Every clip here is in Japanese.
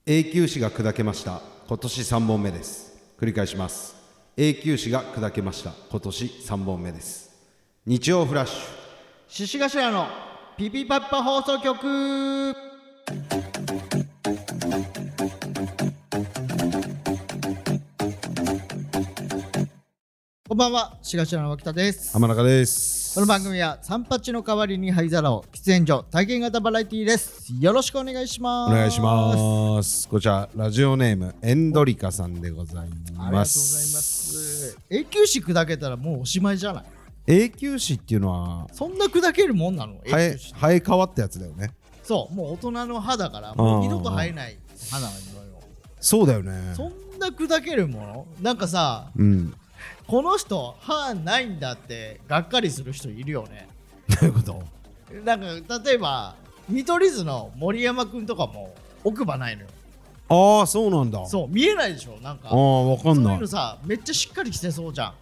永久歯が砕けました。今年3本目です。繰り返します。永久歯が砕けました。今年3本目です。日曜フラッシュ獅子頭のピピパッパ放送局。こんばんは、獅子頭の脇田です。 浜中です。 この番組は三八の代わりに灰皿を、喫煙所体験型バラエティーです。よろしくお願いします。 お願いします。こちらラジオネームエンドリカさんでございます。 ありがとうございます。永久歯砕けたらもうおしまいじゃない？ 永久歯っていうのはそんな砕けるもんなの？ 生え変わったやつだよね。 そう、もう大人の歯だからもう二度と生えない歯なのよ。 そうだよね。 そんな砕けるもの？なんかさ、この人歯ないんだってがっかりする人いるよね。 どういうこと？ なんか例えば見取り図の森山くんとかも奥歯ないのよ。 ああ、そうなんだ。 そう、見えないでしょ。なんかああ、わかんない。 そういうのさ、めっちゃしっかりしてそうじゃん。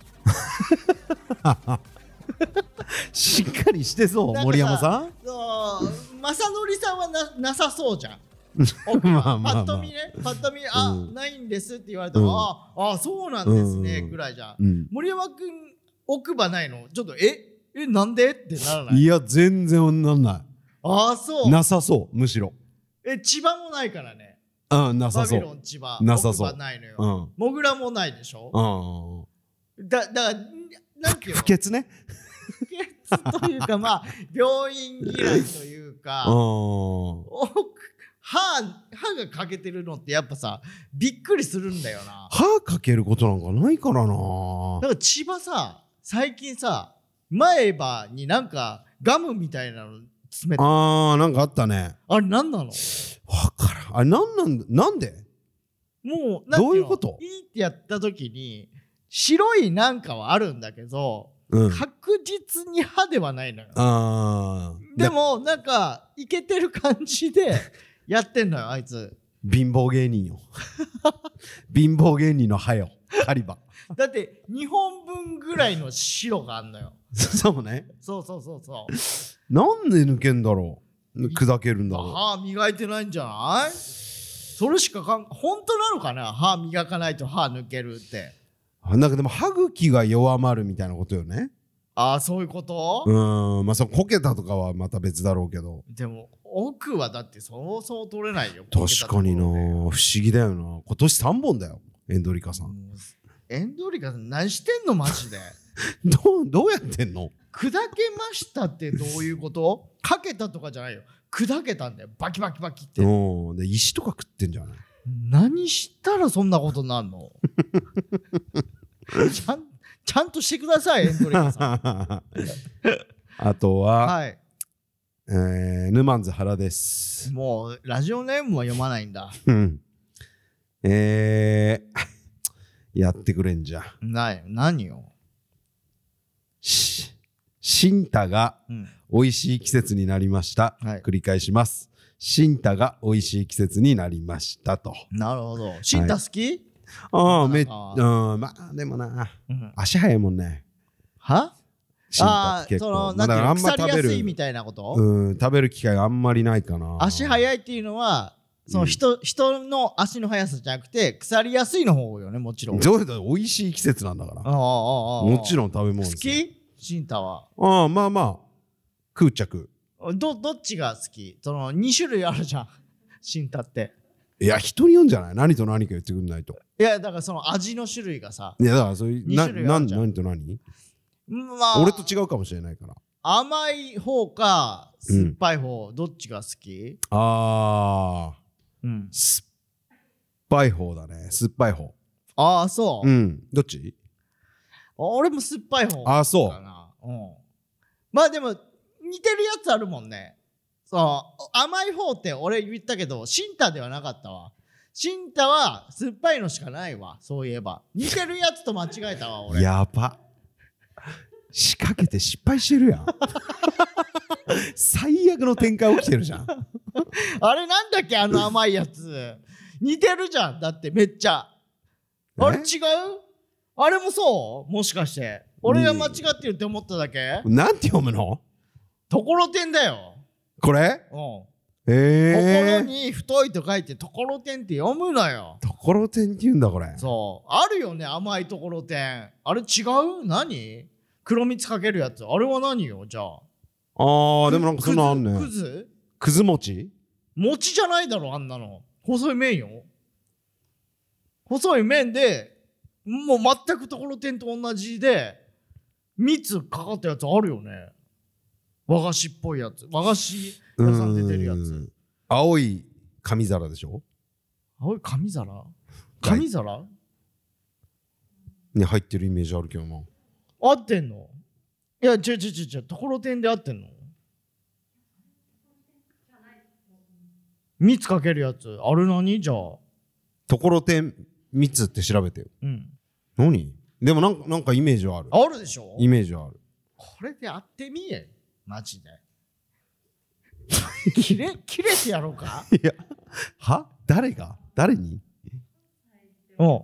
しっかりしてそう、森山さん。 そう正則さんはなさそうじゃん。 まあまあまあパッと見ね、パッと見、ないんですって言われたら、そうなんですね、ぐらいじゃん。森山くん奥歯ないの？ちょっとなんでってならない？ いや、全然なんない。 そうなさそう、むしろ。 千葉もないからね。 なさそう。 バビロン千葉なさそう。 奥歯ないのよ。モグラもないでしょ。だからなんていうの？ 不潔ね。 不潔というか、まあ病院嫌いというか、歯が欠けてるのってやっぱさ、びっくりするんだよな。 歯かけることなんかないからな。 だから千葉さ、最近さ、前歯になんかガムみたいなの詰めて、 なんかあったね。 あれなんなの？ わからん。あれなんでもうどういうこと？ いいってやった時に白いなんかはあるんだけど、確実に歯ではないのよ。でもなんかイケてる感じでやってんのよ、あいつ。 貧乏芸人よ。貧乏芸人の歯よ、カリバ。 だって2本分ぐらいの白があんのよ。 そうね。 そうなんで抜けんだろう。砕けるんだろう。 歯磨いてないんじゃない？それしか本当なのかな？歯磨かないと歯抜けるって。 なんかでも歯茎が弱まるみたいなことよね。 そういうこと？ まあそのこけたとかはまた別だろうけど。 でも奥はだってそう取れないよ。 確かにな、不思議だよな。今年3本だよ、エンドリカさん。 エンドリカさん何してんのマジで。 どうやってんの？ 砕けましたってどういうこと？かけたとかじゃないよ、砕けたんだよ、バキバキバキって。 で石とか食ってんじゃない？ 何したらそんなことになるの？ちゃんとしてください、エンドリカさん。 あとは、 はい、 ヌマンズ原です。 もうラジオネームは読まないんだ。 やってくれんじゃん。 何よ。 シンタが美味しい季節になりました。繰り返します。シンタが美味しい季節になりましたと。 なるほど。シンタ好き？ まあでもな、足早いもんね。 は？ シンタって結構なんていうの、腐りやすいみたいなこと？ 食べる機会があんまりないかな。 足早いっていうのはその人の足の速さじゃなくて腐りやすいの方よね、もちろん。 そうだ、美味しい季節なんだから。もちろん食べ物好き？シンタは。 まあまあ空着。 どっちが好き？その2種類あるじゃん、シンタって。 いや、人によんじゃない？何と何か言ってくんないと。 いや、だからその味の種類がさ。 いや、だからそういう 2種類あるじゃん。 何と何？ まあ俺と違うかもしれないから。 甘い方か酸っぱい方、どっちが好き？ 酸っぱい方だね。酸っぱい方。 そう。 どっち？ 俺も酸っぱい方。 そう。 まあでも似てるやつあるもんね。甘い方って俺言ったけど、シンタではなかったわ。シンタは酸っぱいのしかないわ。そういえば似てるやつと間違えたわ俺。 やば。仕掛けて失敗してるやん。最悪の展開起きてるじゃん。 あれなんだっけ、あの甘いやつ。似てるじゃん、だってめっちゃ。あれ違う？あれもそう？もしかして俺が間違ってるって思っただけ？ なんて読むの？ ところてんだよ。 これ？ 心に太いと書いてところてんって読むのよ。 ところてんって言うんだこれ。 そうあるよね、甘いところてん。あれ違う？何？黒蜜かけるやつ、あれは何よじゃあ。 でもなんかそんなあんね。くず餅じゃないだろあんなの。細い麺よ。細い麺でもう全くところてんと同じで蜜かかったやつあるよね。和菓子っぽいやつ、和菓子屋さん出てるやつ。 青い紙皿でしょ。 青い紙皿に入ってるイメージあるけどな。 合ってんの？いや違うところてんで合ってんの？蜜かけるやつある。何じゃあところてん蜜って調べてよ。何？でもなんかイメージはある。 あるでしょ。 イメージはある。 これでやってみえマジで。切れてやろうか。 いやは誰にほ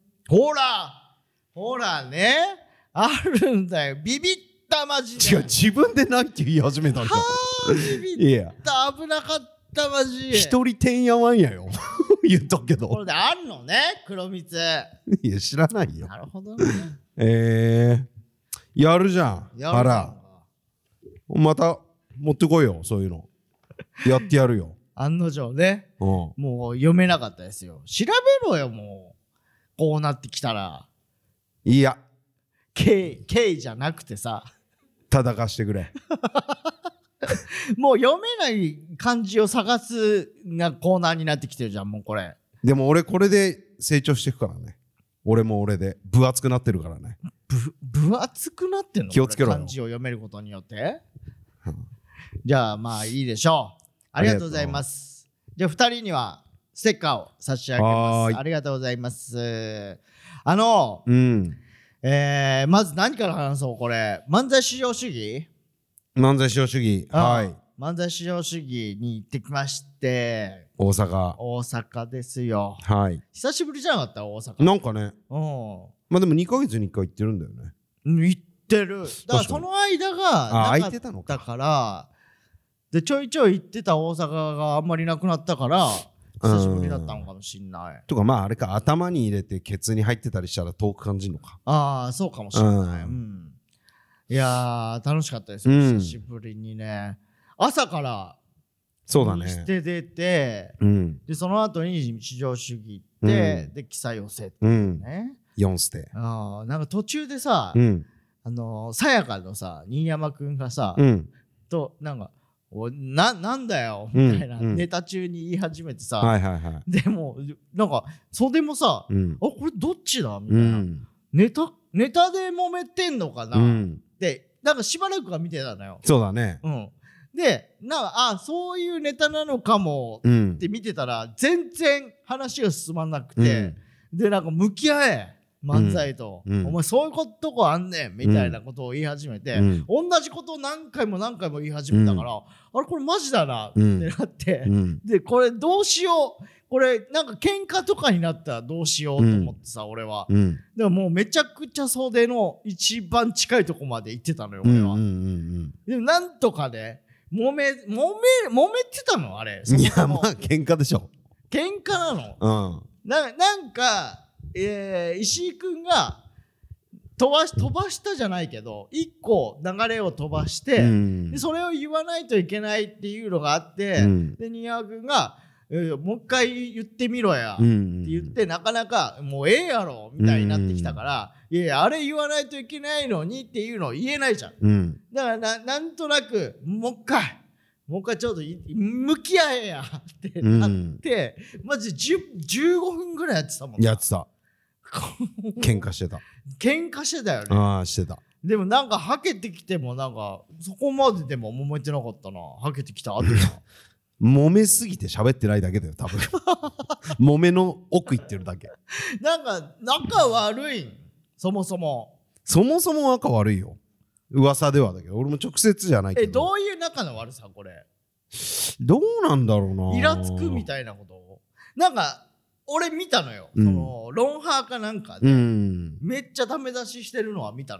らね、あるんだよ。ビビったマジで。 違う、自分で何て言い始めたんじゃん。 ビビった危なかったマジ。 一人てんやわんやよ。言っとくけど。 これであんのね、黒蜜。 いや知らないよ。 なるほどね。 やるじゃん。 やるらまた持ってこいよ、そういうの。やってやるよ。 案の定ね、もう読めなかったですよ。調べろよ、もう。こうなってきたら。 いや。 K じゃなくてさ。 ただ貸してくれ。 もう読めない漢字を探すなコーナーになってきてるじゃん、もうこれ。 でも俺これで成長していくからね。俺も俺で分厚くなってるからね。 分厚くなってんの？ 気をつけろよ。 漢字を読めることによって。じゃあまあいいでしょう。ありがとうございます。じゃあ2人にはステッカーを差し上げます。ありがとうございます。まず何から話そうこれ。漫才至上主義。 漫才至上主義。はい。 漫才至上主義に行ってきまして。 大阪ですよ。 はい。 久しぶりじゃなかった大阪。 なんかね。まあでも2ヶ月に1回行ってるんだよね。 行ってる。だからその間が空いてたのか。 だからでちょいちょい行ってた大阪があんまりなくなったから久しぶりだったのかもしんない。 とかまああれか、頭に入れてケツに入ってたりしたら遠く感じるのか。 ああそうかもしれない。いやー楽しかったですよ、久しぶりにね。朝からそうだねして出て、でその後に至上主義行って、で記載寄せってね、 4ステ。 なんか途中でさ、さやかのさ新山くんがさ、となんかなんだよみたいなネタ中に言い始めてさ、でもなんか袖もさ、これどっちだみたいな、ネタで揉めてんのかな、でなんかしばらくは見てたのよ。 そうだね。 でなんかそういうネタなのかもって見てたら、全然話が進まなくて、でなんか向き合え漫才と、お前そういうとこあんねんみたいなことを言い始めて、同じことを何回も言い始めたから、あれこれマジだなってなって、でこれどうしよう、これなんか喧嘩とかになったらどうしようと思ってさ、俺は、でももうめちゃくちゃ袖の一番近いとこまで行ってたのよ俺は。でもなんとかね揉めてたのあれ。 いやまあ喧嘩でしょ。 喧嘩なの。なんか石井くんが飛ばしたじゃないけど一個流れを飛ばして、でそれを言わないといけないっていうのがあって、で新山くんがもう一回言ってみろやって言って、なかなかもうええやろみたいになってきたから、いやあれ言わないといけないのにっていうのを言えないじゃん。だからなんとなくもう一回ちょっと向き合えやってなって、マジで15分ぐらいやってたもん。 やってた。喧嘩してたよね。してた。 でもなんかはけてきてもなんかそこまででも揉めてなかったな。はけてきた後が揉めすぎて喋ってないだけだよ多分。揉めの奥行ってるだけ。 なんか仲悪いん。そもそも仲悪いよ。噂ではだけど俺も直接じゃないけど。 どういう仲の悪さこれ。 どうなんだろうな。 イラつくみたいなことなんか俺見たのよ、そのロンハーかなんかで、めっちゃダメ出ししてるのは見たの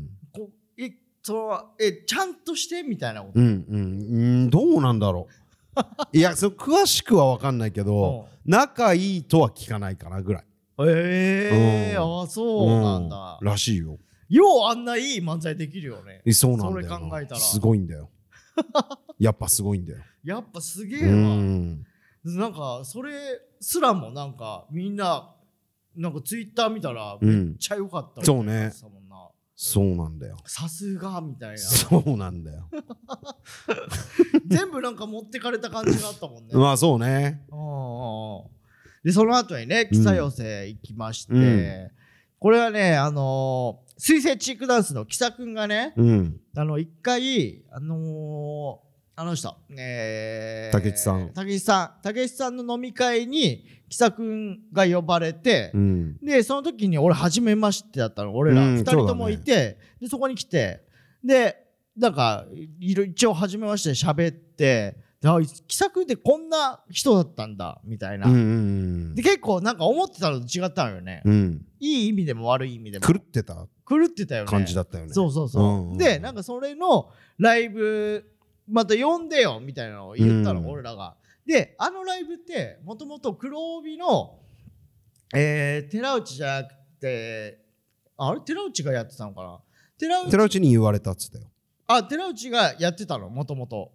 よ。ちゃんとしてみたいなこと。 どうなんだろう。 いや詳しくは分かんないけど、仲いいとは聞かないかなぐらい。 あ、そうなんだ。 らしいよ。 ようあんないい漫才できるよね。 そうなんだよな。 それ考えたらすごいんだよ。やっぱすごいんだよ。 やっぱすげえわ。なんかそれすらもなんかみんななんかツイッター見たらめっちゃ良かったみたいなやつだもんな。 そうなんだよ。 さすがみたいな。 そうなんだよ。 全部なんか持ってかれた感じがあったもんね。 まあそうね。 でその後にね木佐寄せ行きまして、これはね水星チークダンスの木佐くんがね、一回あの人武智さんの飲み会に木佐くんが呼ばれて、でその時に俺初めましてだったの、俺ら2人ともいて、でそこに来て、でなんか一応初めまして喋って、木佐くんってこんな人だったんだみたいな、で結構なんか思ってたのと違ったのよね、いい意味でも悪い意味でも狂ってたよね感じだったよね。 そうでなんかそれのライブまた呼んでよみたいなのを言ったの、俺らが。でライブってもともと黒帯の、寺内じゃなくて寺内がやってたのかな。 寺内に言われたっつったよ。 寺内がやってたのもともと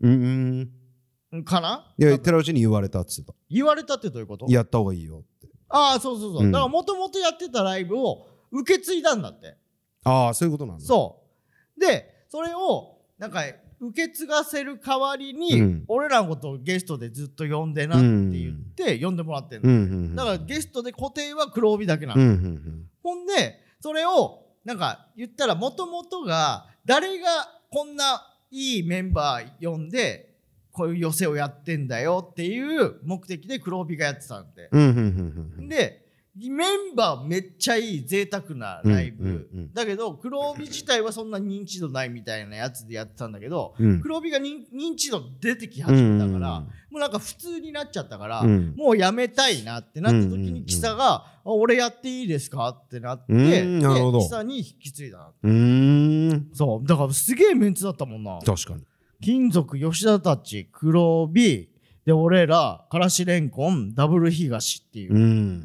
かな。 いや寺内に言われたっつった。 言われたってどういうこと？ やった方がいいよって。 そう、だからもともとやってたライブを受け継いだんだって。 そういうことなんだ。 そうでそれをなんか受け継がせる代わりに、俺らのことをゲストでずっと呼んでなって言って呼んでもらってんの、だからゲストで固定は黒帯だけなの、ほんでそれをなんか言ったらもともとが誰がこんないいメンバー呼んでこういう寄せをやってんだよっていう目的で黒帯がやってたんで、でメンバーめっちゃいい贅沢なライブ、だけど黒帯自体はそんな認知度ないみたいなやつでやってたんだけど、黒帯が認知度出てき始めたから、もうなんか普通になっちゃったから、もうやめたいなってなった時に木佐が「俺やっていいですか?」ってなって、木佐に引き継いだ。そうだからすげえメンツだったもんな。 確かに金属吉田たち黒帯で俺らからしれんこんダブル東っていう、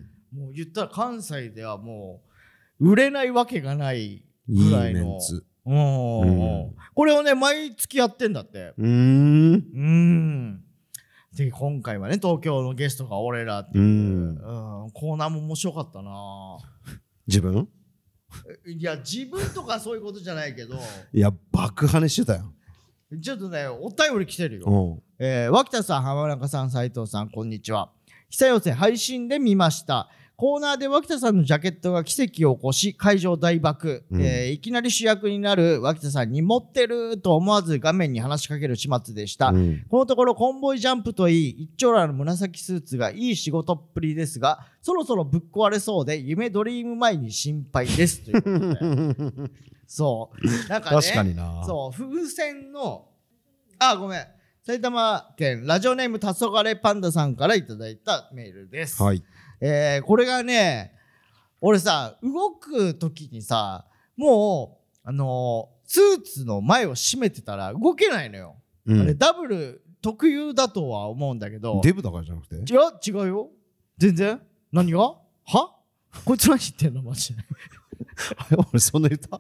もう言ったら関西ではもう売れないわけがないぐらいのいいメンツ。 これをね毎月やってんだって。で今回はね東京のゲストが俺らっていう、コーナーも面白かったな。 自分？ いや自分とかそういうことじゃないけどいや爆跳ねしてたよ。 ちょっとねお便り来てるよ。脇田さん、浜中さん、斉藤さん、こんにちは。久寄せ配信で見ました。コーナーで脇田さんのジャケットが奇跡を起こし会場大爆、いきなり主役になる脇田さんに持ってると思わず画面に話しかける始末でした、このところコンボイジャンプといい一丁羅の紫スーツがいい仕事っぷりですがそろそろぶっ壊れそうで夢ドリーム前に心配ですということでそうなんかね確かにな。 そう風船のごめん埼玉県ラジオネーム黄昏パンダさんからいただいたメールです。これがね俺さ動く時にさもうスーツの前を閉めてたら動けないのよ、あれダブル特有だとは思うんだけど。 デブだからじゃなくて？ 違うよ全然。何がはこいつ何言ってんのマジで俺そんな言った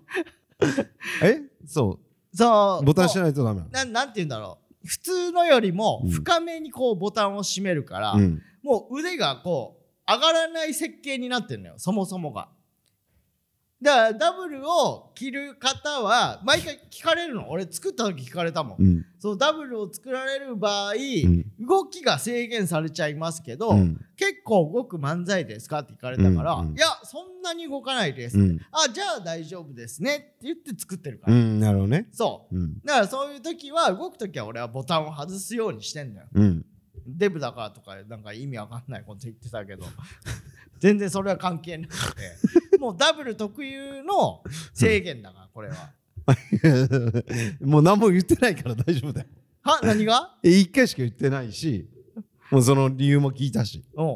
そうボタンしないとダメなの。なんて言うんだろう、普通のよりも深めにこうボタンを閉めるから、もう腕がこう上がらない設計になってるのよそもそもが。だからダブルを着る方は毎回聞かれるの。俺作った時聞かれたもん、そうダブルを作られる場合、動きが制限されちゃいますけど、結構動く漫才ですかって聞かれたから、いやそんなに動かないですって、じゃあ大丈夫ですねって言って作ってるから、 なるほどね。 そう、だからそういう時は動く時は俺はボタンを外すようにしてんだよ、デブだからとかなんか意味わかんないこと言ってたけど全然それは関係なくてもうダブル特有の制限だからこれはもう何も言ってないから大丈夫だよ。 何が？ 1回しか言ってないしもうその理由も聞いたし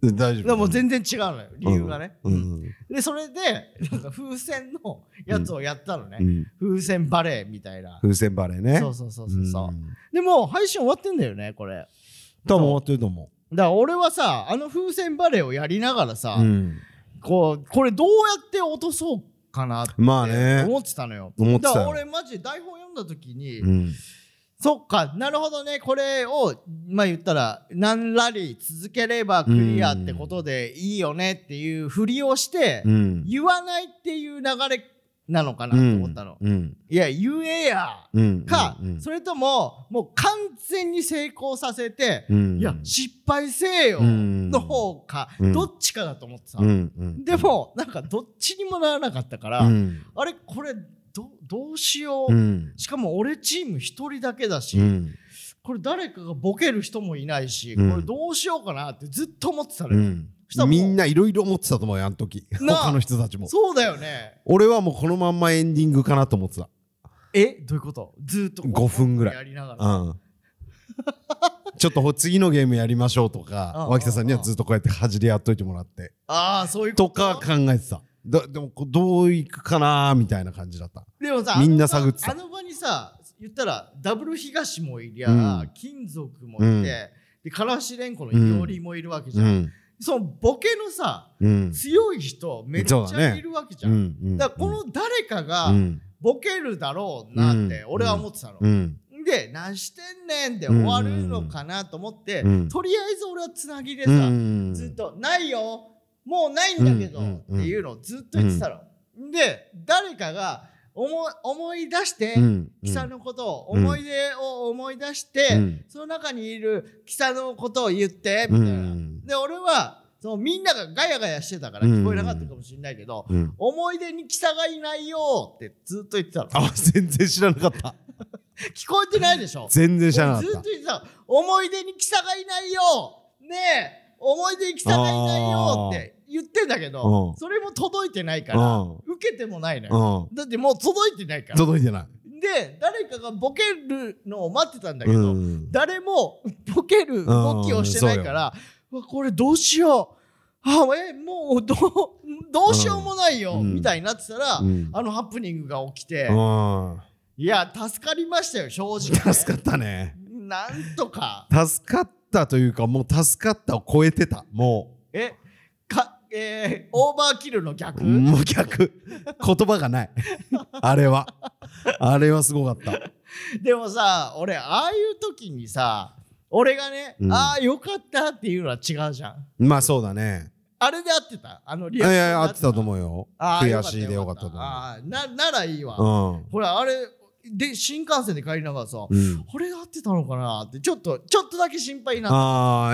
大丈夫。 でも全然違うのよ理由がね、 うんでそれでなんか風船のやつをやったのね、 うん風船バレーみたいな。 風船バレーね。 そうそうそうそうそう、でも配信終わってんだよねこれ。 多分終わってると思だから俺はさあの風船バレーをやりながらさ、 う。 これどうやって落とそうかなってまあね思ってたのよ。 思ってたよだから俺マジで台本読んだ時に、 うんそっかなるほどねこれをまあ言ったら何ラリー続ければクリアってことでいいよねっていうふりをしてうん言わないっていう流れなのかなと思ったの、 うんいや言えやうんか、 うんそれとももう完全に成功させて、 うんいや失敗せえようんの方か、 うんどっちかだと思ってさ、 うんうんでもなんかどっちにもならなかったから、 うんあれこれどうしよう、 うんしかも俺チーム一人だけだし、 うんこれ誰かがボケる人もいないし、 うんこれどうしようかなってずっと思ってたのよ、 うんしたらもうみんないろいろ思ってたと思うよあの時なあ他の人たちも。 そうだよね。 俺はもうこのまんまエンディングかなと思ってた。 どういうことずっと 5分ぐらいやりながら、 うんちょっと次のゲームやりましょうとか脇田さんにはずっとこうやって端でやっといてもらってああそういうこととか考えてた。でもどういくかなみたいな感じだった。 でもさみんな探ってたあの場にさ言ったらダブル東もいりゃ、 うん金属もいて、 うんでからしれんこのいおりもいるわけじゃん、 うんそのボケのさうん強い人めっちそうだねゃいるわけじゃん、 うんだからこの誰かがうんボケるだろうなって俺は思ってたの、 うんで何してんねんで終わるのかなと思って、 うんとりあえず俺はつなぎでさ、 うんずっと「ないよもうないんだけど」っていうのをずっと言ってたの、で誰かが思い出して、キサのことを思い出を思い出して、その中にいるキサのことを言ってみたいな、で俺はそのみんながガヤガヤしてたから聞こえなかったかもしれないけど、思い出にキサがいないよってずっと言ってたの。 あ全然知らなかった聞こえてないでしょ。 全然知らなかっずっと言ってた思い出にキサがいないよねえ思い出にキサがいないよって言ってんだけど、それも届いてないから受けてもないのよ。だってもう届いてないから。 届いてない。 で誰かがボケるのを待ってたんだけど、誰もボケる動きをしてないから、うわこれどうしようもうどうしようもないよ、みたいになってたら、あのハプニングが起きて、いや助かりましたよ正直、ね、 助かったね。 なんとか助かったというかもう助かったを超えてた。もうオーバーキルの逆、 もう逆言葉がないあれはすごかった。 でもさ俺ああいう時にさ俺がね、ああよかったっていうのは違うじゃん。 まあそうだね。 あれで合ってたリアクションいや合ってたと思うよ。悔しいでよかったと思う。 ならいいわ、ほらあれで新幹線で帰りながらさ、これで合ってたのかなってちょっとだけ心配になった。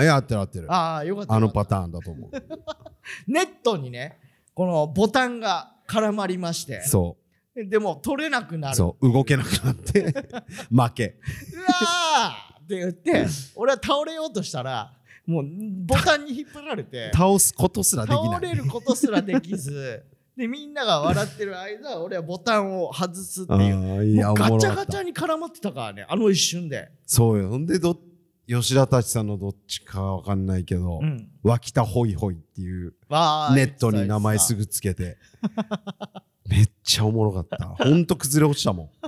いや合ってる合ってる。 よかった。 あのパターンだと思うネットにねこのボタンが絡まりまして、 そうでも取れなくなる、 そう動けなくなって負けうわーって言って俺は倒れようとしたらもうボタンに引っ張られて倒すことすらできない。 倒れることすらできずでみんなが笑ってる間俺はボタンを外すっていうもうガチャガチャに絡まってたからねあの一瞬で。 そうよ。ほんで吉田たちさんのどっちかわかんないけど、脇田ホイホイっていうネットに名前すぐつけてめっちゃおもろかった。ほんと崩れ落ちたもん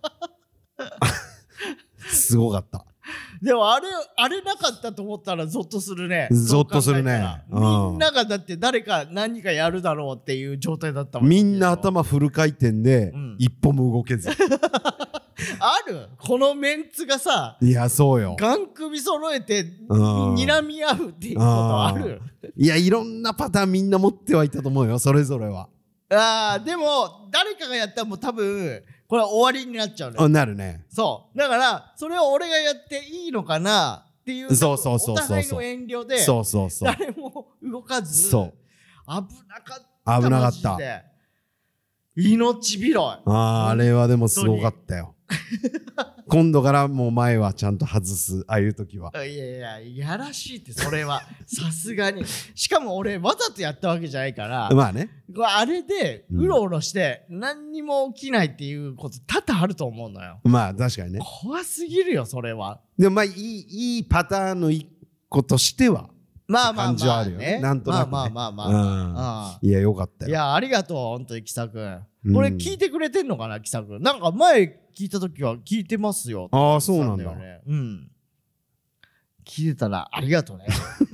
すごかった。 でもあれなかったと思ったらゾッとするね。 ゾッとするね。 みんながだって誰か何かやるだろうっていう状態だったもん。 みんな頭フル回転で一歩も動けずあるこのメンツがさいやそうよガン首揃えて睨み合うっていうことある。 いやいろんなパターンみんな持ってはいたと思うよそれぞれは。 でも誰かがやったらもう多分これは終わりになっちゃうね。 なるね。 そうだからそれを俺がやっていいのかなっていうお互いの遠慮で誰も動かず危なかった危なかった。 命拾い。 あれはでもすごかったよ今度からもう前はちゃんと外すああいう時は。 いややらしいってそれはさすがにしかも俺わざとやったわけじゃないからまあねあれでうろうろして何にも起きないっていうこと多々あると思うのよ。 まあ確かにね怖すぎるよそれは。 でもまあいいパターンの一個としてはまあまあ感じはまああるよね。 ね。 なんとなくね。 まあまあまあまあ。 いや、よかったよ。 いや、ありがとう、ほんとに、キサ君。 うんこれ聞いてくれてんのかな、キサ君。なんか前聞いたときは聞いてますよ。 ああ、そうなんだ。 よね。うん。聞いてたらありがとうね。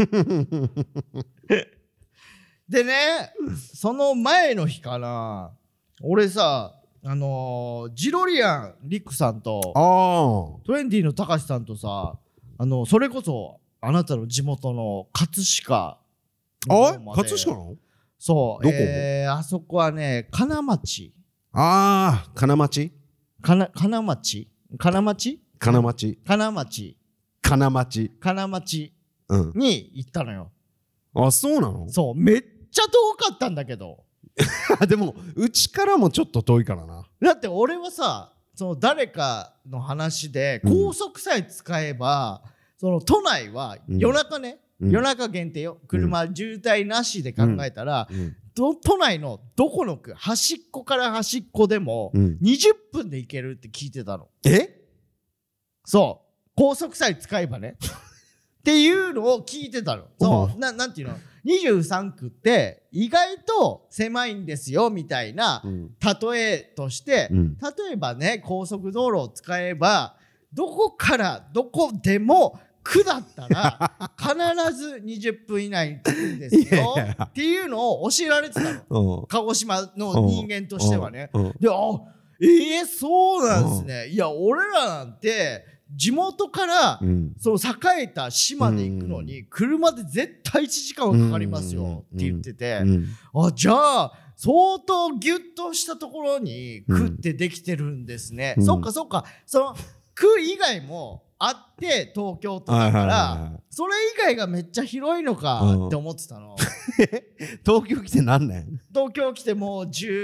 でね、その前の日かな、俺さ、ジロリアン・リックさんと、トレンディのたかしさんとさ、それこそ、あなたの地元の葛飾の方まで。 葛飾なの？ そう。 どこ？ あそこはね、金町。 金町？ 金町金町金町。 金町。 金町。 金町に行ったのよ。 あ、そうなの？ そう。めっちゃ遠かったんだけど。 でも、うちからもちょっと遠いからな。 だって俺はさ、その誰かの話で高速さえ使えば、その都内は夜中ね、夜中限定よ。車渋滞なしで考えたら、都内のどこの区、端っこから端っこでも20分で行けるって聞いてたの。そう。高速さえ使えばね。っていうのを聞いてたの。そう。なんていうの？ 23 区って意外と狭いんですよみたいな例えとして、例えばね、高速道路を使えばどこからどこでも区だったら必ず20分以内に着くんですよっていうのを教えられてたの。鹿児島の人間としてはね。で、そうなんですね。いや、俺らなんて地元からその栄えた島で行くのに車で絶対1時間はかかりますよって言ってて、じゃあ相当ギュッとしたところに区ってできてるんですね。そっかそっか。その区以外もあって東京都だからそれ以外がめっちゃ広いのかって思ってたの。 東京来て何年？ 東京来てもう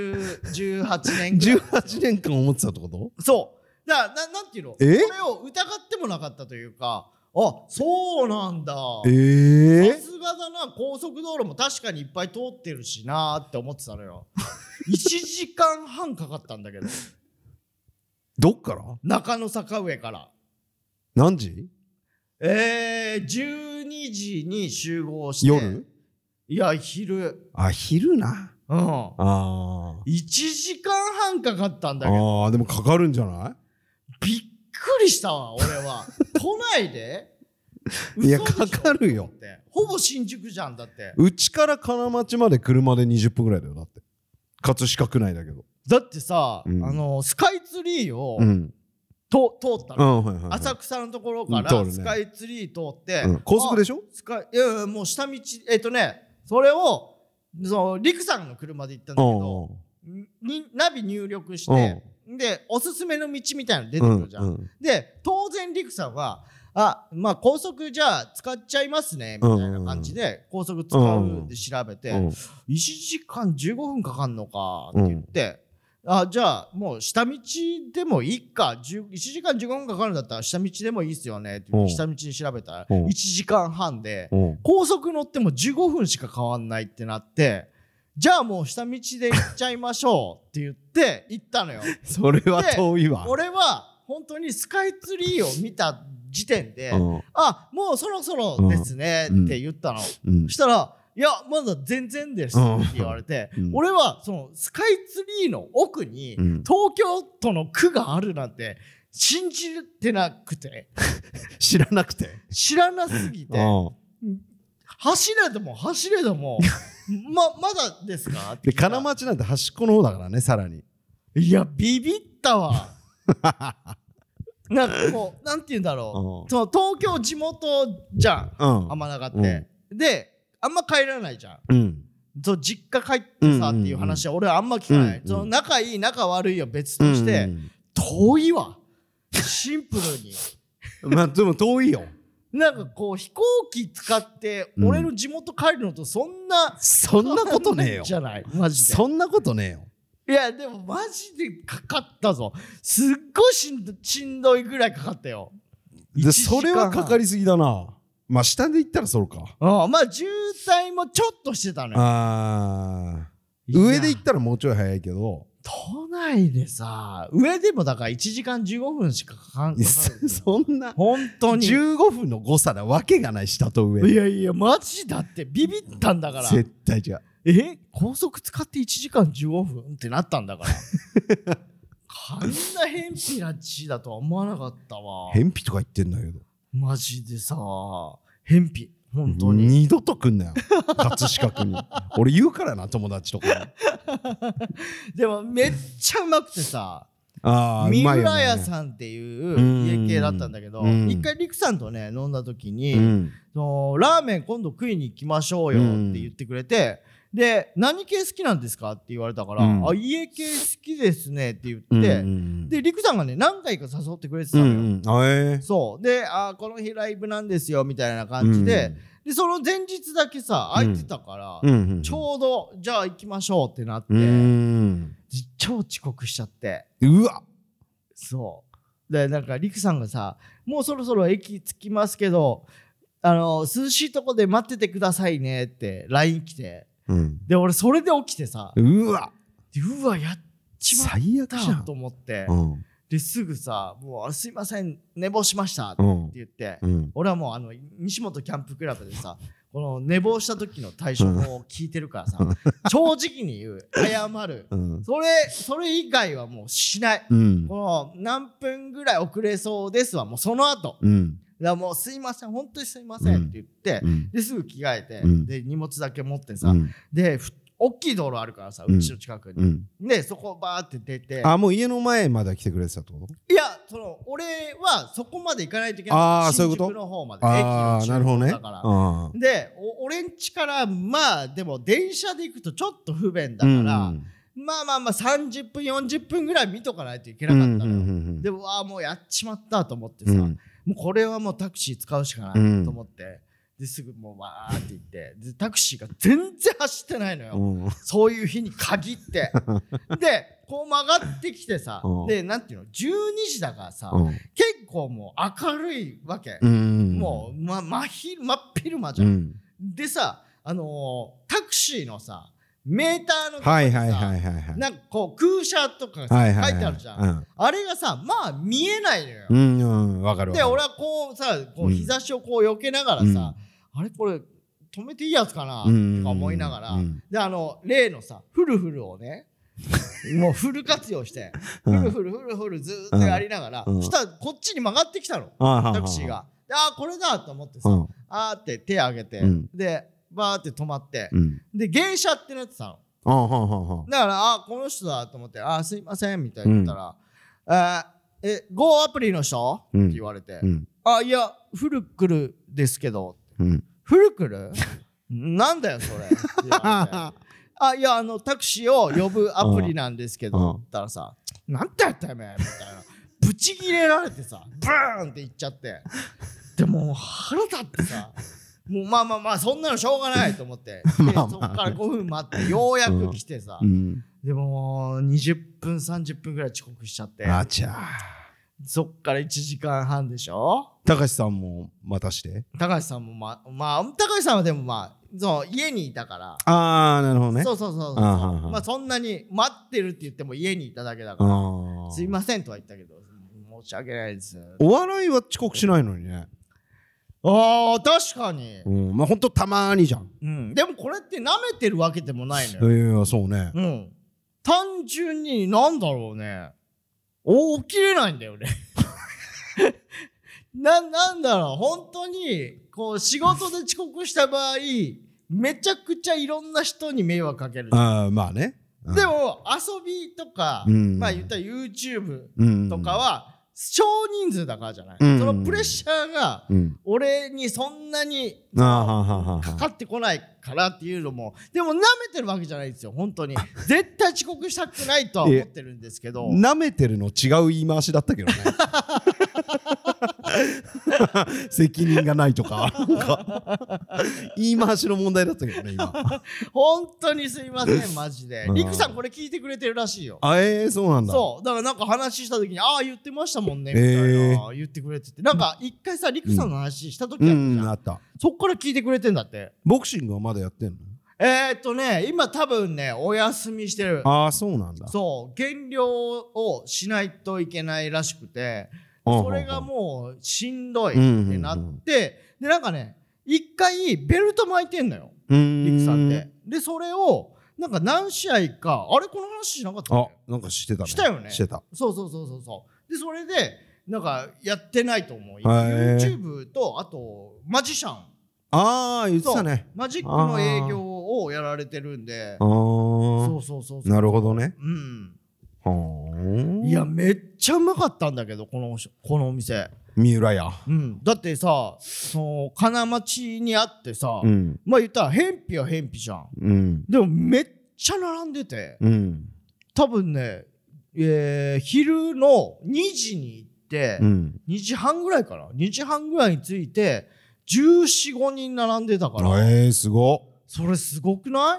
18年ぐらい。 18年間思ってたってこと？ そう。だからなんていうの、これを疑ってもなかったというか、そうなんだ、さすがだな、高速道路も確かにいっぱい通ってるしなーって思ってたのよ。1時間半かかったんだけど。 どっから？ 中野坂上から。 何時 ？12時に集合して。 夜？ いや、昼。 昼な。 1時間半かかったんだけど。 でもかかるんじゃない？ びっくりしたわ、俺は。都内で？ いや、かかるよ。 ほぼ新宿じゃん、だって。 うちから金町まで車で20分ぐらいだよ、だって。葛飾区内だけど。 だってさ、スカイツリーを通ったの。浅草のところからスカイツリー通って。 高速でしょ？ いや、もう下道、それを、陸さんの車で行ったんだけど、ナビ入力して、で、おすすめの道みたいなの出てくるじゃん。で、当然陸さんは、まあ高速じゃあ使っちゃいますね、みたいな感じで、高速使うで調べて、1時間15分かかんのかって言って、じゃあもう下道でもいいか、1時間15分かかるんだったら下道でもいいっすよねって言って下道に調べたら1時間半で高速乗っても15分しか変わんないってなって、じゃあもう下道で行っちゃいましょうって言って行ったのよ。 それは遠いわ。 俺は本当にスカイツリーを見た時点で、もうそろそろですねって言ったの。そしたら、いや、まだ全然ですって言われて、俺はそのスカイツリーの奥に東京都の区があるなんて信じてなくて。 知らなくて。 知らなすぎて。走れどもまだですかって。 金町なんて端っこの方だからね、さらに。 いや、ビビったわ。なんかこう、なんて言うんだろう。その東京地元じゃん、天中って。で、あんま帰らないじゃん。実家帰ってさっていう話は俺はあんま聞かない。その仲いい仲悪いは別として、遠いわ。シンプルに。 まあでも遠いよ。 なんかこう飛行機使って俺の地元帰るのとそんなことねえよ。 じゃないマジで。 そんなことねえよ。 いやでもマジでかかったぞ。すっごいしんどいぐらいかかったよ。 それはかかりすぎだな。まあ下で行ったらそうか。 まあ渋滞もちょっとしてたのよ。 上で行ったらもうちょい早いけど。 都内でさ、上でもだから1時間15分しかかかんない。 そんな本当に 15分の誤差なわけがない、下と上。 いやいやマジだってビビったんだから。 絶対違う。 高速使って1時間15分ってなったんだからこんな偏僻な地だとは思わなかったわ。 偏僻とか言ってんだけどマジでさ、偏僻本当に二度と来んなよ葛飾区に。俺言うからな、友達とかに。 でもめっちゃうまくてさ、三浦屋さんっていう家系だったんだけど、一回リクさんとね飲んだ時に、ラーメン今度食いに行きましょうよって言ってくれて、で何系好きなんですかって言われたから、あ家系好きですねって言って、でリクさんがね何回か誘ってくれてたのよ。そうで、この日ライブなんですよみたいな感じで、でその前日だけさ空いてたから、ちょうどじゃあ行きましょうってなって、超遅刻しちゃって。 うわ、 そうでなんかリクさんがさ、もうそろそろ駅着きますけど涼しいとこで待っててくださいねって LINE 来て、で俺それで起きてさ、 うわやっちまったと思って、ですぐさ、もうすいません寝坊しましたって言って、俺はもう西本キャンプクラブでさこの寝坊した時の対処法を聞いてるからさ、正直に言う、謝る、それ以外はもうしない、この何分ぐらい遅れそうですはもうその後、だからもうすいません本当にすいませんって言って、ですぐ着替えて、で荷物だけ持ってさ、で大きい道路あるからさ、うちの近くに、でそこバーって出て、 もう家の前まで来てくれてたってこと？ いや俺はそこまで行かないといけない。新宿の方まで、駅の中央だから、で俺ん家からまあでも電車で行くとちょっと不便だから、まあ30分40分ぐらい見とかないといけなかったのよ。でもうやっちまったと思ってさ、もうこれはもうタクシー使うしかないと思って、ですぐもうわーって言って、でタクシーが全然走ってないのよ、そういう日に限ってでこう曲がってきてさ、でなんていうの12時だからさ、結構もう明るいわけ、もう真っ昼間じゃん、でさタクシーのさメーターのとこにさ、なんかこう空車とかさ書いてあるじゃん、あれがさまあ見えないのよ。 わかる。 で俺はこうさこう日差しをこう避けながらさ、あれこれ止めていいやつかなとか思いながら、で例のさフルフルをねもうフル活用してフルフルずーっとやりながら、そしたらこっちに曲がってきたの、タクシーが。でこれだと思ってさ、って手挙げて、でバーって止まって、で芸者ってなってたの。だからこの人だと思って「すいません」みたいに言ったら「Go アプリの人?」って言われて「いやフルクルですけど」フルクルなんだよそれって言われて「いやタクシーを呼ぶアプリなんですけど」って言ったらさ「なんてやったよめ」みたいなブチギレられてさブーンって言っちゃって、でもう腹立ってさ、もうまあそんなのしょうがないと思って、でそっから5分待ってようやく来てさ、でも20分30分ぐらい遅刻しちゃって、そっから1時間半でしょ。 高橋さんも待たして。 高橋さんも高橋さんはでもそう家にいたから。 なるほどね。 そうそんなに待ってるって言っても家にいただけだからすいませんとは言ったけど申し訳ないです。 お笑いは遅刻しないのにね。 確かに。 ほんとたまーにじゃん。 でもこれって舐めてるわけでもないのよ。 いやそうね。 単純になんだろうね、起きれないんだよねなんだろう、本当にこう仕事で遅刻した場合めちゃくちゃいろんな人に迷惑かける。 まあね。 でも遊びとか、言ったら YouTube とかは少人数だからじゃない、そのプレッシャーが俺にそんなにかかってこないからっていうのも、でも舐めてるわけじゃないですよ本当に。絶対遅刻したくないとは思ってるんですけど舐めてるの違う言い回しだったけどね責任がないとか言い回しの問題だったけどね今本当にすいませんマジで。リクさんこれ聞いてくれてるらしいよ。 そうなんだ。 そうだからなんか話した時に言ってましたもんねみたいな言ってくれてて、なんか一回さリクさんの話した時あったじゃん、そっから聞いてくれてんだって。 ボクシングはまだやってんの？ 今多分ねお休みしてる。 ああそうなんだ。 そう減量をしないといけないらしくて、それがもうしんどいってなって、でなんかね一回ベルト巻いてんのよリクさんって。でそれをなんか何試合かあれこの話しなかったっけ？ なんかしてたね。 したよね。 してた。 そうでそれでなんかやってないと思う。YouTube とあとマジシャン。 言ってたね。 マジックの営業をやられてるんで。そうなるほどね。 いやめっちゃうまかったんだけどこのお店。 三浦屋。 だってさ金町にあってさ、まあ言ったら偏僻は偏僻じゃん。でもめっちゃ並んでて、多分ね、昼の2時に行って、2時半ぐらいかな2時半ぐらいに着いて14、15人並んでたから。 すごっ。 それすごくない？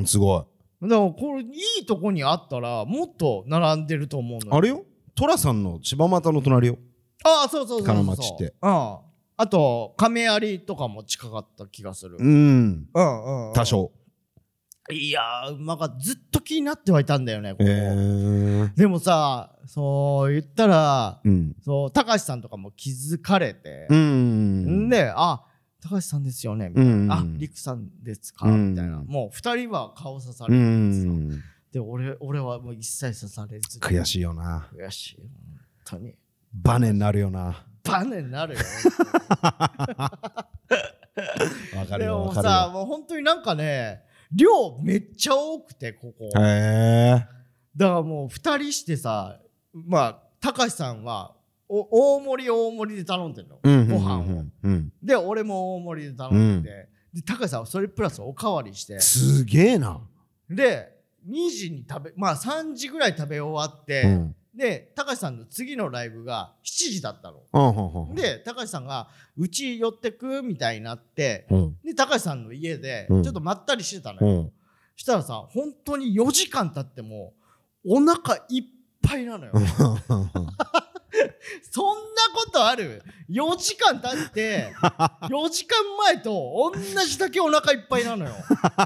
すごい。だからこれいいとこにあったらもっと並んでると思うのよ。 あれよ寅さんの柴又の隣よ。 そう金町って。 あと亀有とかも近かった気がする。 多少。 いやうまかった。ずっと気になってはいたんだよねここ。でもさそう言ったら、高橋さんとかも気づかれて、で高橋さんですよねみたいな、リクさんですかみたいな、もう2人は顔刺されるんですよ。で俺はもう一切刺されず。 悔しいよな。 悔しい本当に。 バネになるよな。 バネになるよ。 わかるよ。 でもさもう本当になんかね量めっちゃ多くてここ。だからもう2人してさ高橋さんは大盛りで頼んでるの、ご飯を。で俺も大盛りで頼んで、で高橋さんはそれプラスおかわりして。 すげえな。 で2時に3時ぐらい食べ終わって、で高橋さんの次のライブが7時だったの。で高橋さんがうち寄ってくみたいになって、で高橋さんの家でちょっとまったりしてたのよ。したらさ本当に4時間経ってもお腹いっぱいなのよ。そんなことある？4時間経って4時間前と同じだけお腹いっぱいなのよ。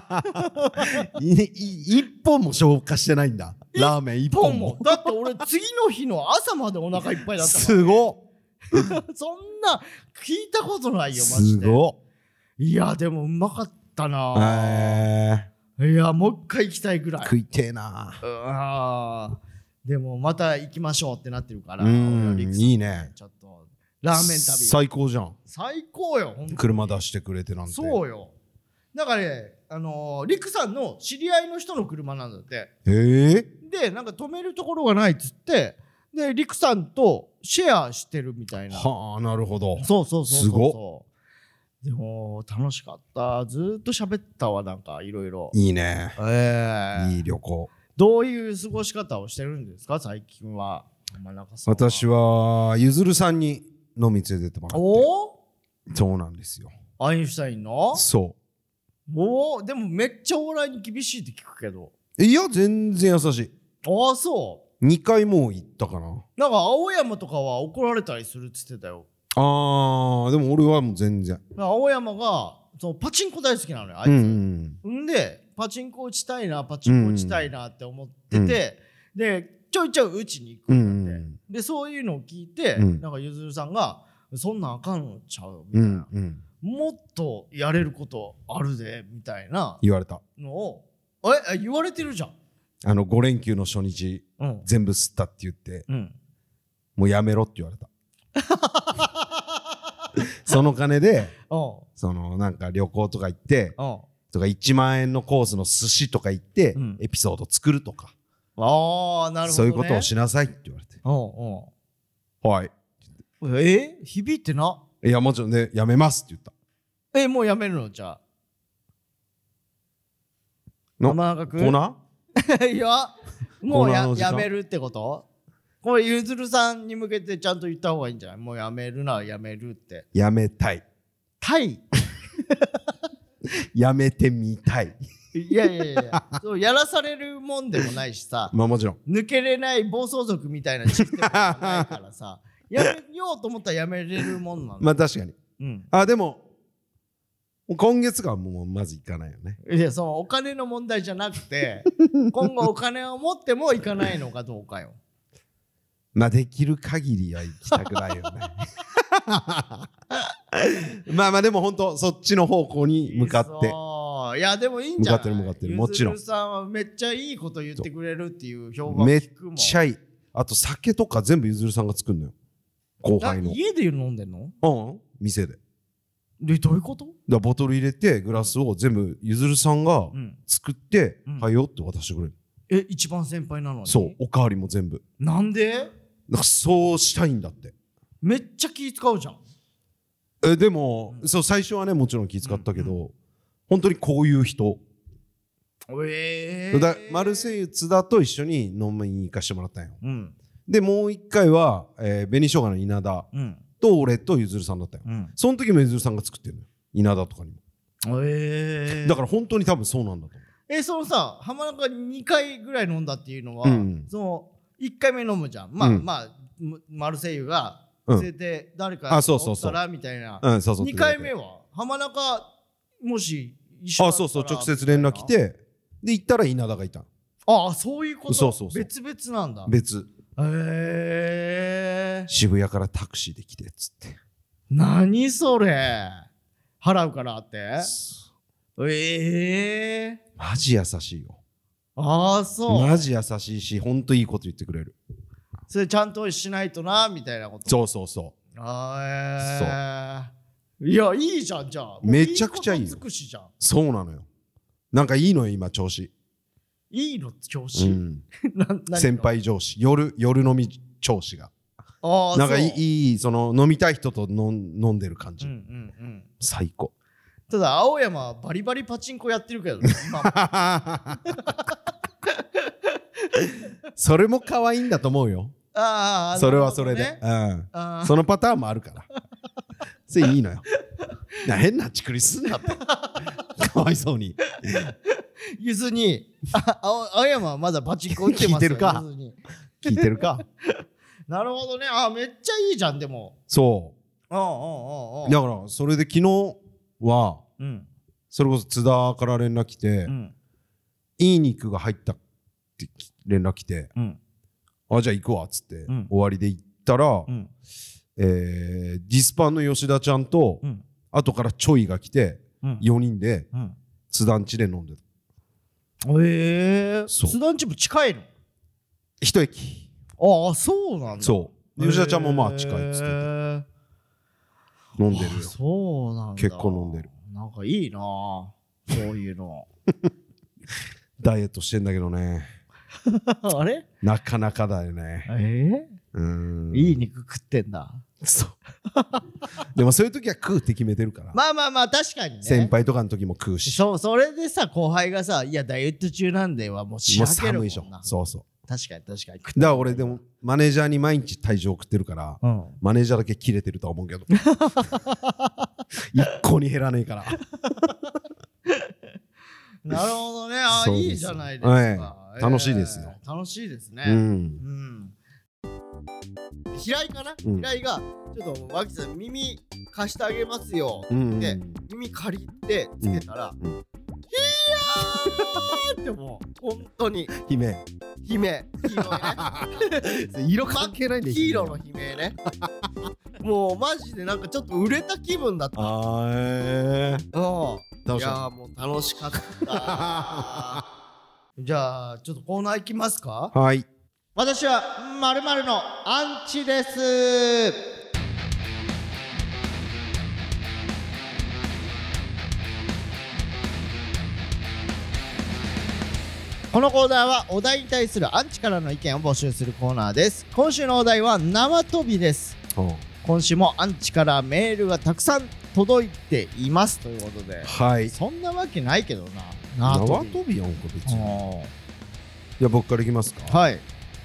一本も消化してないんだ。ラーメン一本も。 だって俺次の日の朝までお腹いっぱいだったから、 すごっ。 そんな聞いたことないよマジで。 すごっ。 いやでもうまかったな。いやもう一回行きたいぐらい。 食いてえな。 でもまた行きましょうってなってるから。いいね。 ちょっとラーメン旅最高じゃん。 最高よ本当に。 車出してくれてなんて。 そうよ。だからねリクさんの知り合いの人の車なんだって。でなんか止めるところがないっつってでリクさんとシェアしてるみたいな。 はあなるほど。 そうすごっ。でも楽しかった。ずーっと喋ったわなんかいろいろ。 いいね。いい旅行。 どういう過ごし方をしてるんですか最近は。 私はゆずるさんに飲み連れてってもらって。そうなんですよ。 アインシュタインの。 そう。 でもめっちゃお笑いに厳しいって聞くけど。 いや全然優しい。 そう 2回もう行ったかな。 なんか青山とかは怒られたりするっつってたよ。 でも俺はもう全然。 青山がパチンコ大好きなのよあいつ。でパチンコ打ちたいなって思ってて、でちょいちょい打ちに行くんだって。でそういうのを聞いて、なんかゆずるさんがそんなんあかんのちゃうみたいな、もっとやれることあるでみたいな言われたのを言われてるじゃん。 5連休の初日、全部吸ったって言って、もうやめろって言われた。その金でなんか旅行とか行ってとか1万円のコースの寿司とか行ってエピソード作るとか、 なるほどね、 そういうことをしなさいって言われて、はい、 響いてな。 いやもちろんねやめますって言った。 もうやめるのじゃあコーナーいやもうやめるってこと？これゆずるさんに向けてちゃんと言った方がいいんじゃない？もうやめるならやめるって。 やめたい。やめてみたい。 いやそうやらされるもんでもないしさ、 もちろん抜けれない暴走族みたいなシステムがないからさやめようと思ったらやめれるもんなんだ。 確かに。でも今月がもうまず行かないよね。 いや、そのお金の問題じゃなくて今後お金を持っても行かないのかどうかよ。 まあできる限りは行きたくないよね。まあまあでも本当そっちの方向に向かって。 いやでもいいんじゃない。 向かってるもちろん。 ゆずるさんはめっちゃいいこと言ってくれるっていう評判めっ聞くもん。 ちゃいい。あと酒とか全部ゆずるさんが作るのよ。後輩の。 家で飲んでんの？ 店で。 でどういうこと？ ボトル入れてグラスを全部ゆずるさんが作って、はいよって渡してくれる。 一番先輩なのに？ そう、おかわりも全部。 なんで？ なんかそうしたいんだって。 めっちゃ気使うじゃん。 でも、そう最初はねもちろん気使ったけど、本当にこういう人。マルセイユ津田と一緒に飲みに行かしてもらったんよ。でもう一回は紅生姜の稲田と俺とゆずるさんだったよ。その時もゆずるさんが作ってるのよ、稲田とかにも。だから本当に多分そうなんだと思う。 そのさ浜中2回ぐらい飲んだっていうのは、その1回目飲むじゃん。まあマルセイユが連れて誰かおったらみたいな。2回目は浜中もし一緒だったらそう直接連絡来て、で行ったら稲田がいた。 そういうこと。別々なんだ。 別。渋谷からタクシーで来てっつって。 何それ、払うからって。 マジ優しいよ。 そう。 マジ優しいし、ほんといいこと言ってくれる。 それちゃんとしないとなみたいなこと。 そうそういやいいじゃん。じゃあめちゃくちゃいいよ。そうなのよ。なんかいいのよ今調子。 いいの調子、 先輩上司、夜飲み調子がなんかいい、その飲みたい人と飲んでる感じ、最高。 ただ青山はバリバリパチンコやってるけどね今それも可愛いんだと思うよ。それはそれで、そのパターンもあるからそれいいのよ。変なチクリすんなってかわいそうにゆずに青山はまだパチンコ打ってますよ。 聞いてるかなるほどね。めっちゃいいじゃん。でもそうだからそれで昨日は、それこそ津田から連絡来て、いい肉が入ったって連絡来て、じゃあ行くわっつって、終わりで行ったら、ディスパンの吉田ちゃんと、後からちょいが来て、4人で津田んちで飲んでた。 津田んちも近いの？ 一駅。 そうなんだ。 そう吉田ちゃんもまあ近いっつってて飲んでるよ。 そうなんだ。 結構飲んでる。 なんかいいなそういうのダイエットしてんだけどねあれなかなかだよね。 いい肉食ってんだ。 そうでもそういう時は食うって決めてるから。 まあ確かにね。 先輩とかの時も食うし。 それでさ後輩がさいやダイエット中なんではもう仕上げるもんな。もう寒いでしょ。 そう確かにだから俺でもマネージャーに毎日体重送ってるから、マネージャーだけ切れてるとは思うけど一向に減らねえからなるほどね。いいじゃないですか。 楽しいですよ。 楽しいですね。平井かな、平井がちょっと脇さん耳貸してあげますよって耳借りてつけたらヒヤーってもう本当に悲鳴色関係ないんでヒーローの悲鳴ねもうマジでなんかちょっと売れた気分だった。いやもう楽しかったじゃあちょっとコーナー行きますか。 はい。 私は〇〇のアンチです。このコーナーはお題に対するアンチからの意見を募集するコーナーです。今週のお題は縄跳びです。今週もアンチからメールがたくさん届いていますということで、 はい、 そんなわけないけどな。縄跳びやんか別に。じゃあ僕からいきますか。 はい。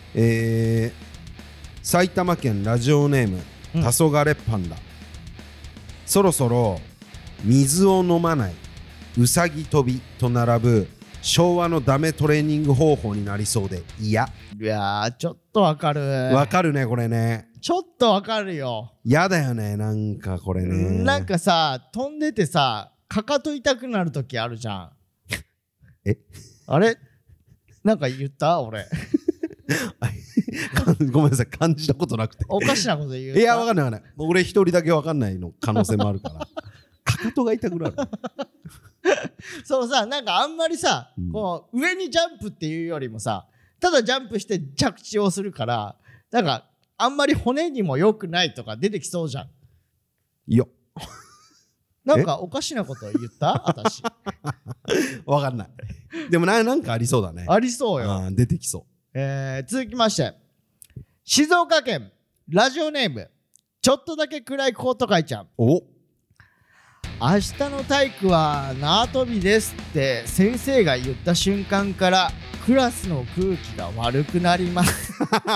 埼玉県ラジオネーム黄昏パンダ、そろそろ水を飲まないうさぎ跳びと並ぶ昭和のダメトレーニング方法になりそうで嫌。 いやーちょっとわかる。 わかるねこれね。 ちょっとわかるよ。 嫌だよねなんかこれね。 なんかさ飛んでてさかかと痛くなる時あるじゃん。 えあれなんか言った俺。 ごめんなさい、感じたことなくて。 おかしなこと言う。 いや、わかんないわかんない。俺一人だけわかんないの可能性もあるから。かかとが痛くなる。 そうさ、なんかあんまりさ、こう上にジャンプっていうよりもさ、ただジャンプして着地をするから、なんかあんまり骨にも良くないとか出てきそうじゃん。 いや、 なんかおかしなこと言った私。 わかんない。でもなんかありそうだね。 ありそうよ。 出てきそう。 続きまして、静岡県ラジオネームちょっとだけ暗いコート会ちゃん。 お、 明日の体育は縄跳びですって先生が言った瞬間からクラスの空気が悪くなります。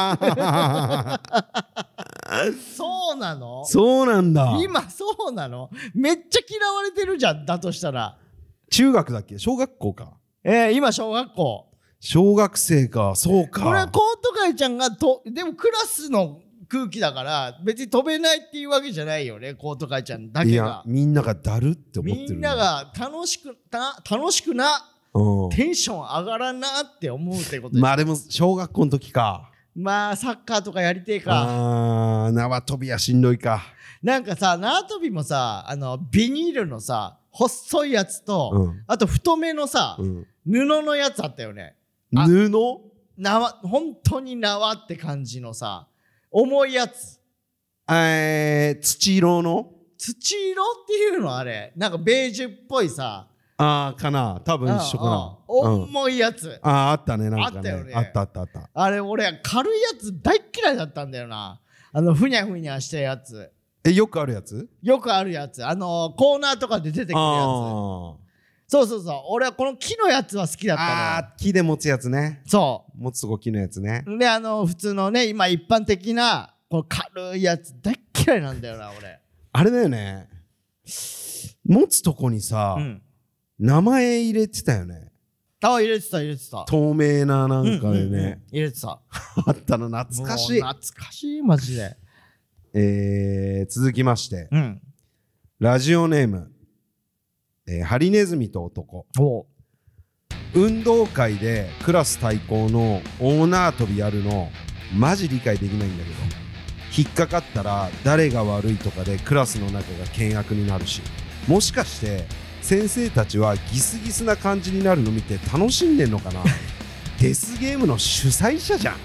そうなの？ そうなんだ。 今そうなの？めっちゃ嫌われてるじゃん。だとしたら中学だっけ？小学校か。 今小学校。 小学生か。そうか。 これはコート会ちゃんがでもクラスの空気だから別に飛べないっていうわけじゃないよね。コート会ちゃんだけが。いや、 みんながだるって思ってる、ね、 みんなが楽しくな、テンション上がらんなって思うってことです。 まあでも小学校の時か。 まあサッカーとかやりてえか。 縄跳びはしんどいか。 なんかさ、縄跳びもさ、ビニールのさ細いやつと、あと太めのさ、布のやつあったよね。 布？ 本当に縄って感じのさ、重いやつ。 土色の？ 土色っていうのあれ。なんかベージュっぽいさ。 かな。多分一緒かな。 重いやつ。 あったね、なんかね。 あったよね。 あった。 あれ、俺、軽いやつ大っ嫌いだったんだよな。ふにゃふにゃしたやつ。 よくあるやつ？ よくあるやつ。コーナーとかで出てくるやつ。そう。俺はこの木のやつは好きだったの。 木で持つやつね。 そう。 持つとこ木のやつね。 で、普通のね、今一般的な、この軽いやつ大っ嫌いなんだよな、俺。 あれだよね。持つとこにさ、名前入れてたよね。 入れてた。 透明ななんかでね。 入れてた。 あったの懐かしい。 懐かしい、マジで。 続きまして、ラジオネーム、ハリネズミと男。運動会でクラス対抗の大縄跳びやるのマジ理解できないんだけど、引っかかったら誰が悪いとかでクラスの中が険悪になるし、もしかして先生たちはギスギスな感じになるの見て楽しんでんのかな。デスゲームの主催者じゃん。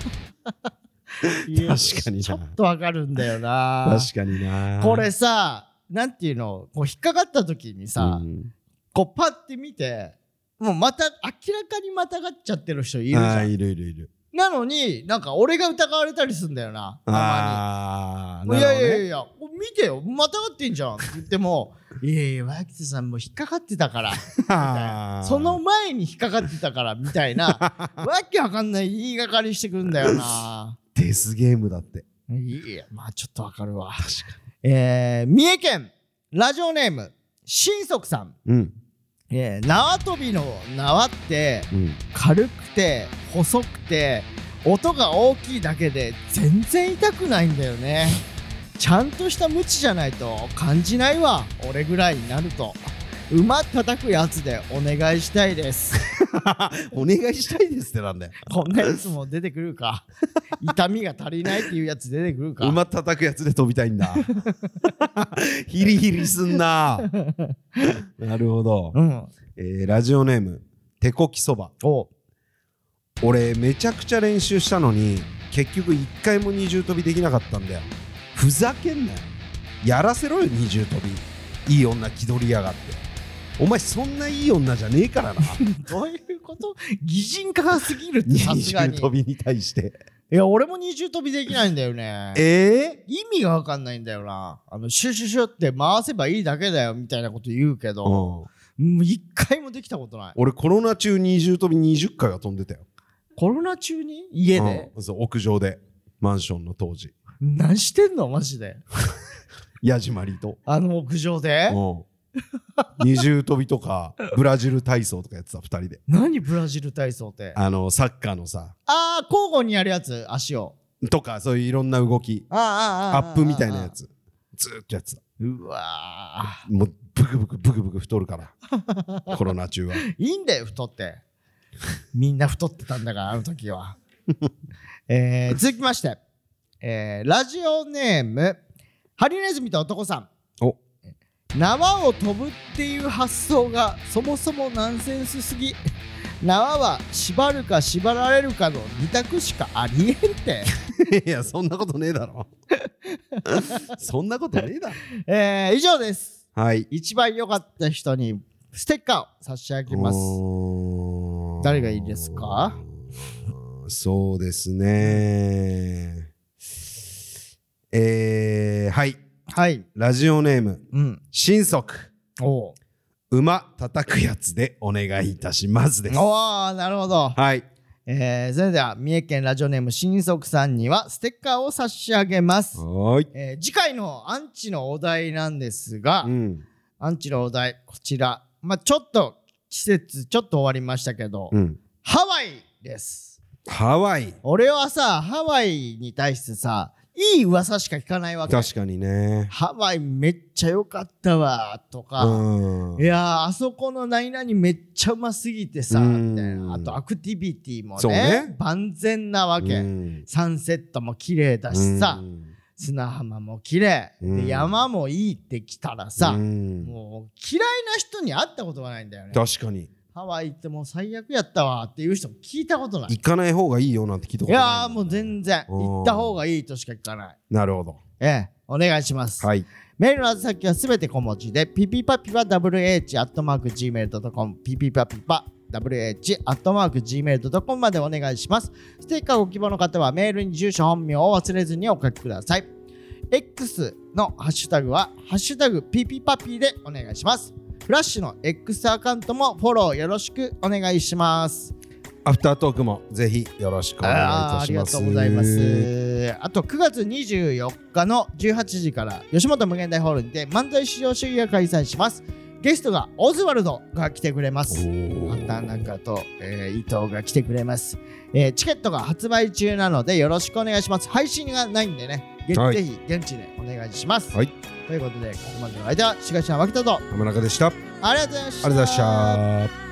確かにな。 ちょっとわかるんだよな。 確かにな。 これさ、なんていうの、こう引っかかった時にさ、こうパッて見て、もうまた明らかにまたがっちゃってる人いるじゃん。 いる。 なのになんか俺が疑われたりするんだよな。たまに。いや見てよ、またがってんじゃんって言っても、いや脇田さんもう引っかかってたからその前に引っかかってたからみたいなわけわかんない言いがかりしてくるんだよな。 デスゲームだって。 いや、まあちょっとわかるわ。 確かに。三重県ラジオネーム新足さん。縄跳びの縄って軽くて細くて音が大きいだけで全然痛くないんだよね。ちゃんとしたムチじゃないと感じないわ。俺ぐらいになると馬叩くやつでお願いしたいです。 お願いしたいですってなんだよ。 こんなやつも出てくるか。痛みが足りないっていうやつ出てくるか。 馬叩くやつで飛びたいんだ。ヒリヒリすんな。なるほど。ラジオネーム手こきそば。俺めちゃくちゃ練習したのに結局一回も二重跳びできなかったんだよ。ふざけんなよ。やらせろよ二重跳び。いい女気取りやがって。お前そんないい女じゃねえからな。 どういうこと？擬人化が過ぎるって。さすがに二重跳びに対して。 いや俺も二重跳びできないんだよね。意味が分かんないんだよな。シュシュシュって回せばいいだけだよみたいなこと言うけど、もう一回もできたことない。 俺コロナ中二重跳び20回は飛んでたよ。コロナ中に家で、 そう屋上でマンションの当時。 何してんのマジで。 ヤジマリと屋上で二重跳びとかブラジル体操とかやってた2人で。 何ブラジル体操って？ サッカーのさ交互にやるやつ、足をとかそういういろんな動き、アップみたいなやつずーっとやってた。 うわもうブクブク太るからコロナ中は。 いいんだよ太ってみんな太ってたんだからあの時は続きまして、ラジオネームハリネズミと男さん。 お、 縄を飛ぶっていう発想がそもそもナンセンスすぎ。縄は縛るか縛られるかの2択しかありえんっていやそんなことねえだろそんなことねえだろ。 以上です。 はい、 一番良かった人にステッカーを差し上げます。誰がいいですか？ そうですね。はい、 はい、 ラジオネーム、神足。 お馬叩くやつでお願いいたしますです。 おー、なるほど。 はい、 それでは三重県ラジオネーム神足さんにはステッカーを差し上げます。 はい、 次回のアンチのお題なんですが、アンチのお題こちら、ちょっと季節ちょっと終わりましたけど、ハワイです。 ハワイ。 俺はさハワイに対してさいい噂しか聞かないわけ。 確かにね。 ハワイめっちゃ良かったわとか、いやあそこの何々めっちゃうますぎてさみたいな。あとアクティビティも ね万全なわけ。サンセットも綺麗だしさ、砂浜も綺麗で山もいいってきたらさ、もう嫌いな人に会ったことがないんだよね。 確かに。 ハワイ行ってもう最悪やったわっていう人も聞いたことない。 行かない方がいいよなんて聞いたことない。 いやーもう全然行った方がいいとしか聞かない。 なるほど。 お願いします。 はい。 メールの宛先はすべて小文字でピピパピパ wh@gmail.com ピピパピパ wh@gmail.com までお願いします。ステッカーご希望の方はメールに住所本名を忘れずにお書きください。X のハッシュタグはハッシュタグピピパピでお願いします。フラッシュの X アカウントもフォローよろしくお願いします。 アフタートークもぜひよろしくお願いいたします。 ありがとうございます。あと9月24日の18時から吉本無限大ホールにて漫才至上主義が開催します。ゲストがオズワルドが来てくれます。畑中と、伊藤が来てくれます。チケットが発売中なのでよろしくお願いします。配信がないんでね、ぜひ現地でお願いします。はい、ということでここまでの間、東山脇田と浜中でした。 ありがとうございました。 ありがとうございました。